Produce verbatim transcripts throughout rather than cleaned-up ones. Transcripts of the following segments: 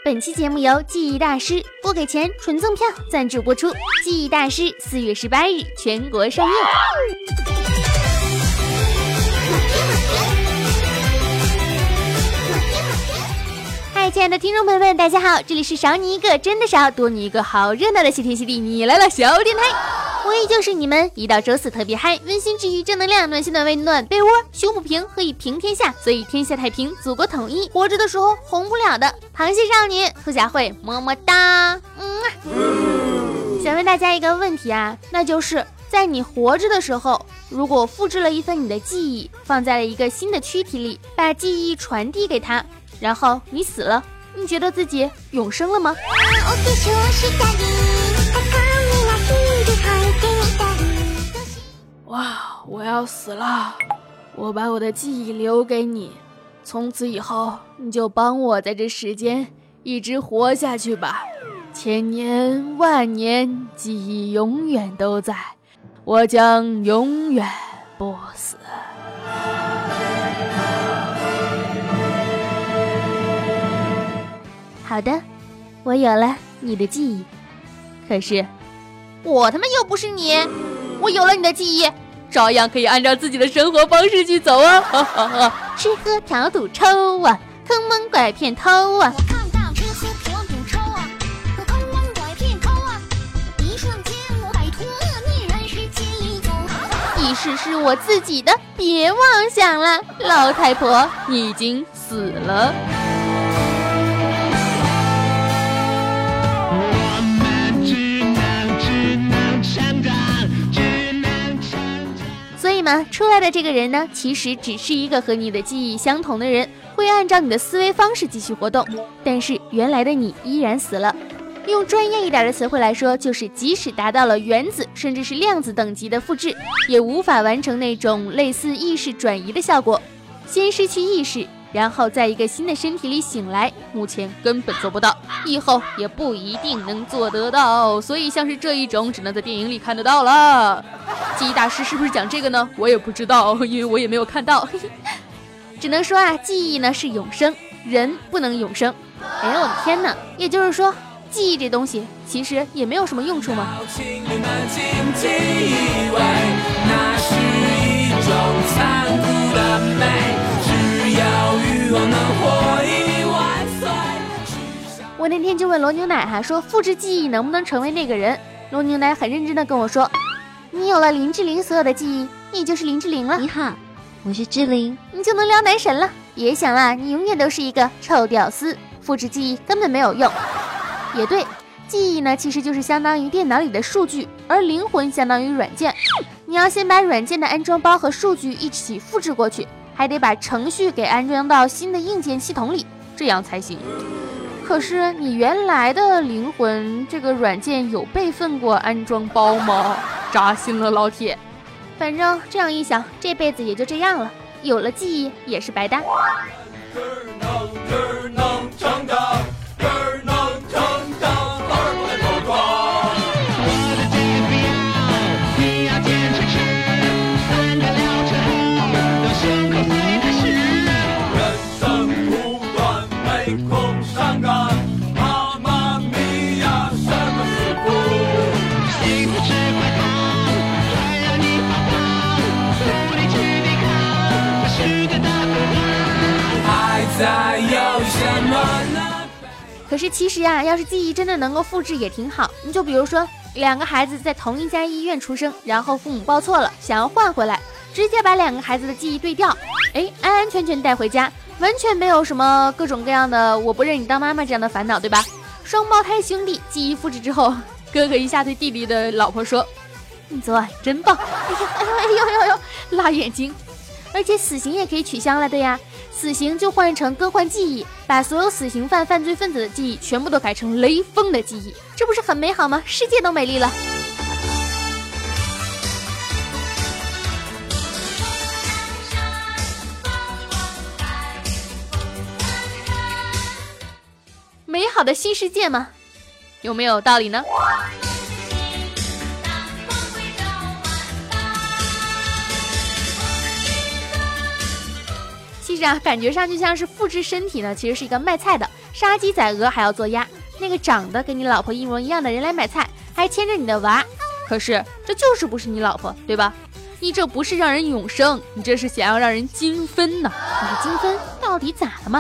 本期节目由记忆大师不给钱纯赠票赞助播出。记忆大师四月十八日全国上映。嗨，亲爱的听众朋友们，大家好，这里是少你一个真的少，多你一个好热闹的谢天谢地你来了小电台。我也就是你们一到周四特别嗨，温馨治愈，正能量，暖心暖胃暖被窝，胸不平何以平天下，所以天下太平，祖国统一。活着的时候红不了的螃蟹少女兔小慧，么么哒。嗯，想问大家一个问题啊，那就是在你活着的时候，如果复制了一份你的记忆，放在了一个新的躯体里，把记忆传递给他，然后你死了，你觉得自己永生了吗？ 哇，我要死了，我把我的记忆留给你，从此以后你就帮我在这世间一直活下去吧，千年万年，记忆永远都在，我将永远不死。 好的，我有了你的记忆，可是我他妈又不是你，我有了你的记忆， 照样可以按照自己的生活方式去走啊！哈哈哈， 吃喝嫖赌抽啊，坑蒙拐骗偷啊！ 我看到吃喝嫖赌抽啊，我坑蒙拐骗偷啊，一瞬间我摆脱逆人世界里走。 意识是我自己的，别妄想了，老太婆， 你已经死了。 所以嘛，出来的这个人呢，其实只是一个和你的记忆相同的人，会按照你的思维方式继续活动，但是原来的你依然死了。用专业一点的词汇来说，就是即使达到了原子甚至是量子等级的复制，也无法完成那种类似意识转移的效果。先失去意识，然后在一个新的身体里醒来，目前根本做不到，以后也不一定能做得到，所以像是这一种只能在电影里看得到了。 记忆大师是不是讲这个呢？我也不知道，因为我也没有看到。 只能说啊，记忆呢是永生，人不能永生。哎呦我的天哪，也就是说记忆这东西其实也没有什么用处吗？ 那是一种残酷的美，只要欲望能活一万岁。 我那天就问罗牛奶哈、啊，说复制记忆能不能成为那个人？罗牛奶很认真的跟我说，你有了林志玲所有的记忆，你就是林志玲了。 你好，我是志玲， 你就能撩男神了。别想了，你永远都是一个臭屌丝，复制记忆根本没有用。也对，记忆呢其实就是相当于电脑里的数据，而灵魂相当于软件。你要先把软件的安装包和数据一起复制过去，还得把程序给安装到新的硬件系统里，这样才行。可是你原来的灵魂这个软件有备份过安装包吗？ 扎心了老铁。 反正这样一想，这辈子也就这样了，有了记忆也是白搭。可是其实啊，要是记忆真的能够复制也挺好。你就比如说两个孩子在同一家医院出生，然后父母报错了，想要换回来，直接把两个孩子的记忆对调，哎，安安全全带回家，完全没有什么各种各样的我不认你当妈妈这样的烦恼，对吧？双胞胎兄弟记忆复制之后，哥哥一下对弟弟的老婆说，你昨晚真棒，哎呦哎呦哎呦哎呦，辣眼睛。而且死刑也可以取消了的呀，死刑就换成更换记忆，把所有死刑犯犯罪分子的记忆全部都改成雷锋的记忆，这不是很美好吗？世界都美丽了。美好的新世界吗？有没有道理呢？其实啊，感觉上就像是复制身体呢，其实是一个卖菜的， 杀鸡宰鹅还要做鸭，那个长得跟你老婆一模一样的人来买菜，还牵着你的娃，可是这就是不是你老婆，对吧？你这不是让人永生，你这是想要让人精分呢。可是精分到底咋了嘛？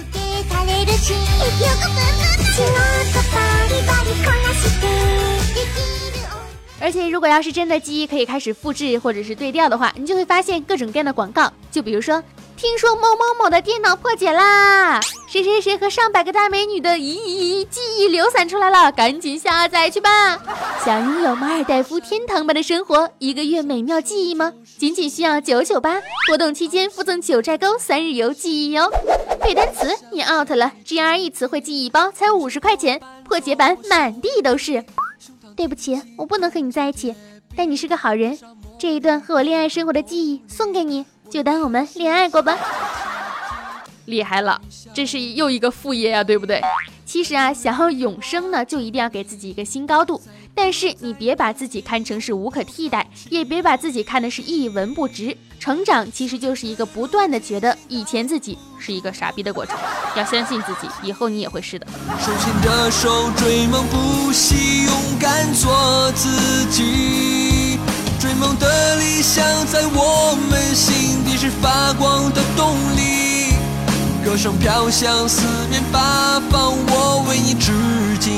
而且如果要是真的记忆可以开始复制或者是对调的话，你就会发现各种各样的广告，就比如说听说某某某的电脑破解啦，谁谁谁和上百个大美女的咦记忆流散出来了，赶紧下载去吧。想拥有马尔代夫天堂般的生活，一个月美妙记忆吗？仅仅需要九九八，活动期间附赠九寨沟三日游记忆哟。背单词你 out 了 ，G R E 词汇记忆包才五十块钱，破解版满地都是。对不起，我不能和你在一起，但你是个好人，这一段和我恋爱生活的记忆送给你，就当我们恋爱过吧。厉害了，这是又一个副业啊，对不对？其实啊，想要永生呢，就一定要给自己一个新高度，但是你别把自己看成是无可替代，也别把自己看的是一文不值。成长其实就是一个不断的觉得以前自己是一个傻逼的过程，要相信自己，以后你也会是的。 手牵着手追梦不息，勇敢做自己，追梦的理想在我们心底是发光的动力，歌声飘向四面八方，我为你致敬。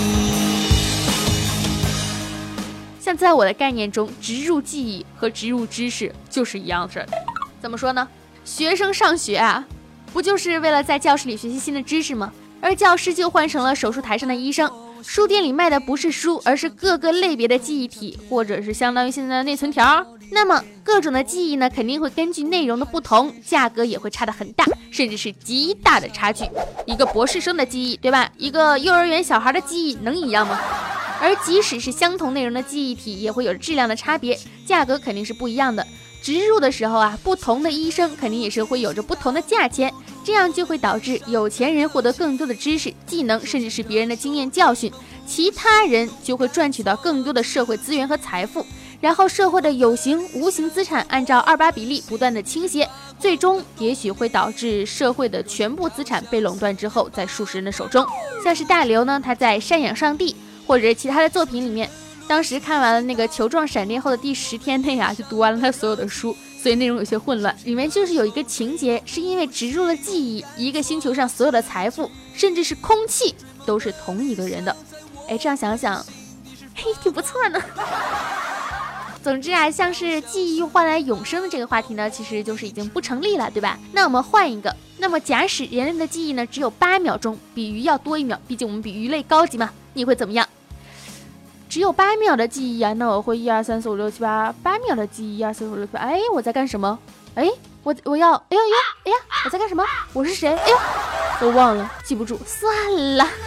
像在我的概念中，植入记忆和植入知识就是一样的。怎么说呢？学生上学啊，不就是为了在教室里学习新的知识吗？而教师就换成了手术台上的医生，书店里卖的不是书，而是各个类别的记忆体，或者是相当于现在的内存条。那么各种的记忆呢，肯定会根据内容的不同，价格也会差得很大，甚至是极大的差距。一个博士生的记忆，对吧？一个幼儿园小孩的记忆能一样吗？而即使是相同内容的记忆体，也会有质量的差别，价格肯定是不一样的。植入的时候啊，不同的医生肯定也是会有着不同的价钱，这样就会导致有钱人获得更多的知识、技能，甚至是别人的经验教训，其他人就会赚取到更多的社会资源和财富，然后社会的有形、无形资产按照二八比例不断的倾斜，最终也许会导致社会的全部资产被垄断之后，在数十人的手中。像是大刘呢，他在赡养上帝或者其他的作品里面，当时看完了那个球状闪电后的第十天内啊，就读完了他所有的书，所以内容有些混乱。里面就是有一个情节，是因为植入了记忆，一个星球上所有的财富，甚至是空气，都是同一个人的。哎，这样想想，嘿，挺不错呢。总之啊，像是记忆又换来永生的这个话题呢，其实就是已经不成立了，对吧？那我们换一个，那么假使人类的记忆呢只有八秒钟，比鱼要多一秒，毕竟我们比鱼类高级嘛，你会怎么样？只有八秒的记忆啊，那我会一二三四五六七八，八秒的记忆，一二三四五六七八。哎，我在干什么？哎，我我要，哎呦呦，哎呀，我在干什么？我是谁？哎呦，都忘了，记不住，算了。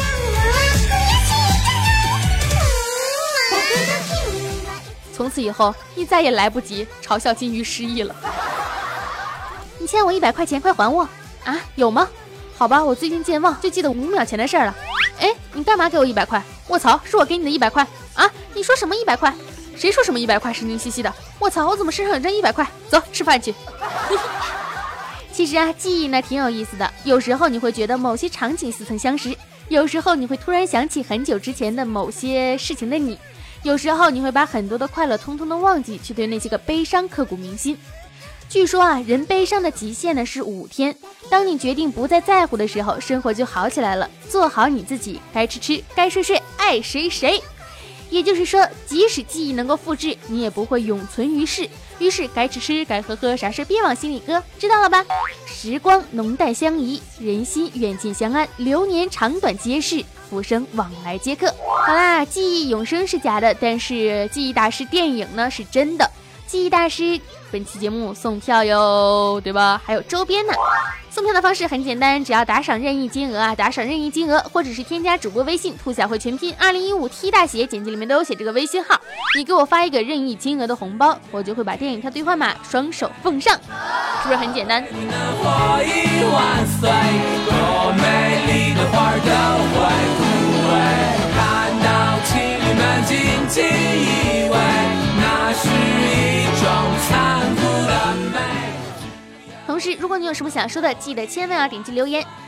从此以后，你再也来不及嘲笑金鱼失忆了。你欠我一百块钱，快还我啊！有吗？好吧，我最近健忘，就记得五秒前的事儿了。哎，你干嘛给我一百块？我操，是我给你的一百块啊！你说什么一百块？谁说什么一百块？神经兮兮的！我操，我怎么身上有这一百块？走，吃饭去。其实啊，记忆呢挺有意思的。有时候你会觉得某些场景似曾相识，有时候你会突然想起很久之前的某些事情的你，有时候你会把很多的快乐通通的忘记，去对那些个悲伤刻骨铭心。据说啊，人悲伤的极限呢是五天。当你决定不再在乎的时候，生活就好起来了。做好你自己，该吃吃，该睡睡，爱谁谁。也就是说，即使记忆能够复制，你也不会永存于世。于是该吃吃，该喝喝，啥事别往心里搁，知道了吧？时光浓淡相宜，人心远近相安，流年长短皆是，浮生往来皆客。好啦，记忆永生是假的，但是记忆大师电影呢是真的。记忆大师本期节目送票哟，对吧？还有周边呢。送票的方式很简单，只要打赏任意金额啊，打赏任意金额，或者是添加主播微信兔小慧全拼二零一五 T 大写，简介里面都有写这个微信号，你给我发一个任意金额的红包，我就会把电影票兑换码双手奉上，是不是很简单？ 活一万岁，多美丽的花都会枯萎，看到情侣们紧紧依偎，那是一种残酷的美。 同时，如果你有什么想说的，记得千万要点击留言。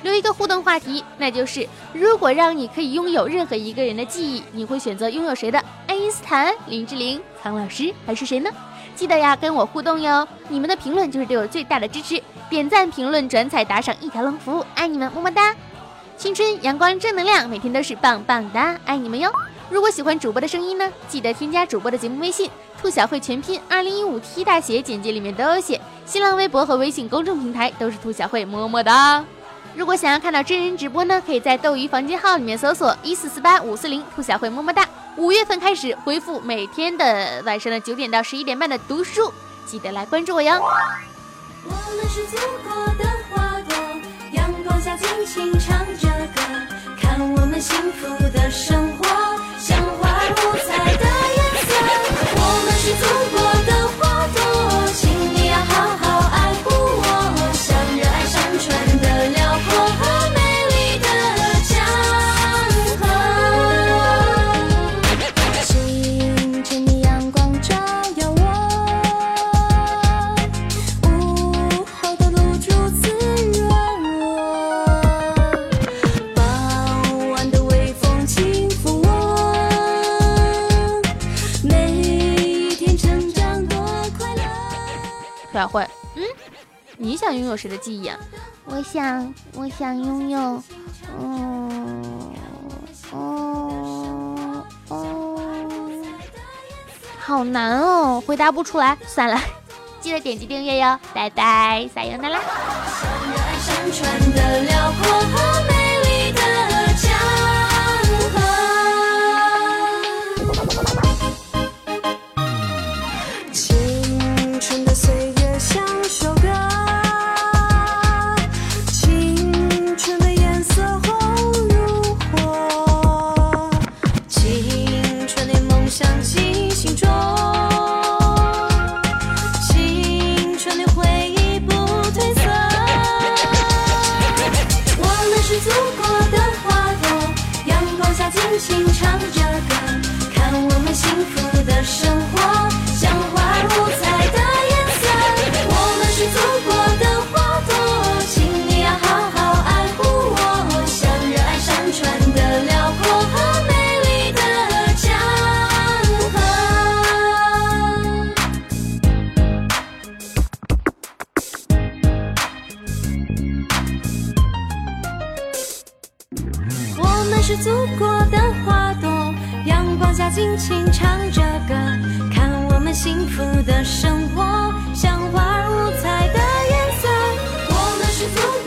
留一个互动话题，那就是如果让你可以拥有任何一个人的记忆，你会选择拥有谁的？爱因斯坦、林志玲、苍老师还是谁呢？记得呀，跟我互动哟！你们的评论就是对我最大的支持，点赞、评论、转采、打赏一条龙服务，爱你们，么么哒！青春、阳光、正能量，每天都是棒棒的，爱你们哟！如果喜欢主播的声音呢，记得添加主播的节目微信兔小慧全拼二零一五 T 大写，简介里面都有写。新浪微博和微信公众平台都是兔小慧，么么哒！如果想要看到真人直播呢，可以在斗鱼房间号里面搜索一四四八五四零兔小慧，么么哒！五月份开始恢复每天的晚上的九点到十一点半的读书，记得来关注我哟。 我们是祖国的花朵，阳光下尽情唱着歌，看我们幸福的生活，像花儿五彩的颜色。我们是祖国的花朵，请你要好好爱护我，像热爱山川的辽阔和美丽的江河。清晨的阳光照耀我，午后的露珠滋润我，傍晚的微风轻抚我，每一天成长多快乐。 兔小慧，嗯，你想拥有谁的记忆啊？ 我想，我想拥有，嗯，哦，哦， 好难哦，回答不出来，算了，记得点击订阅哟，拜拜，撒由那拉。 热爱山川的辽阔和美丽的江河。青春的岁月像首歌，青春的颜色红如火，青春的梦想进行中，青春的回忆不褪色。我们是祖国的花朵，阳光下尽情唱着歌，看我们幸福的生活，像花儿五彩的颜色。我们是祖国的花朵，请你要好好爱护我，像热爱山川的辽阔和美丽的江河。我们是祖国的花朵，阳光下尽情唱着歌，看我们幸福的生活，像花儿五彩的颜色。我们是祖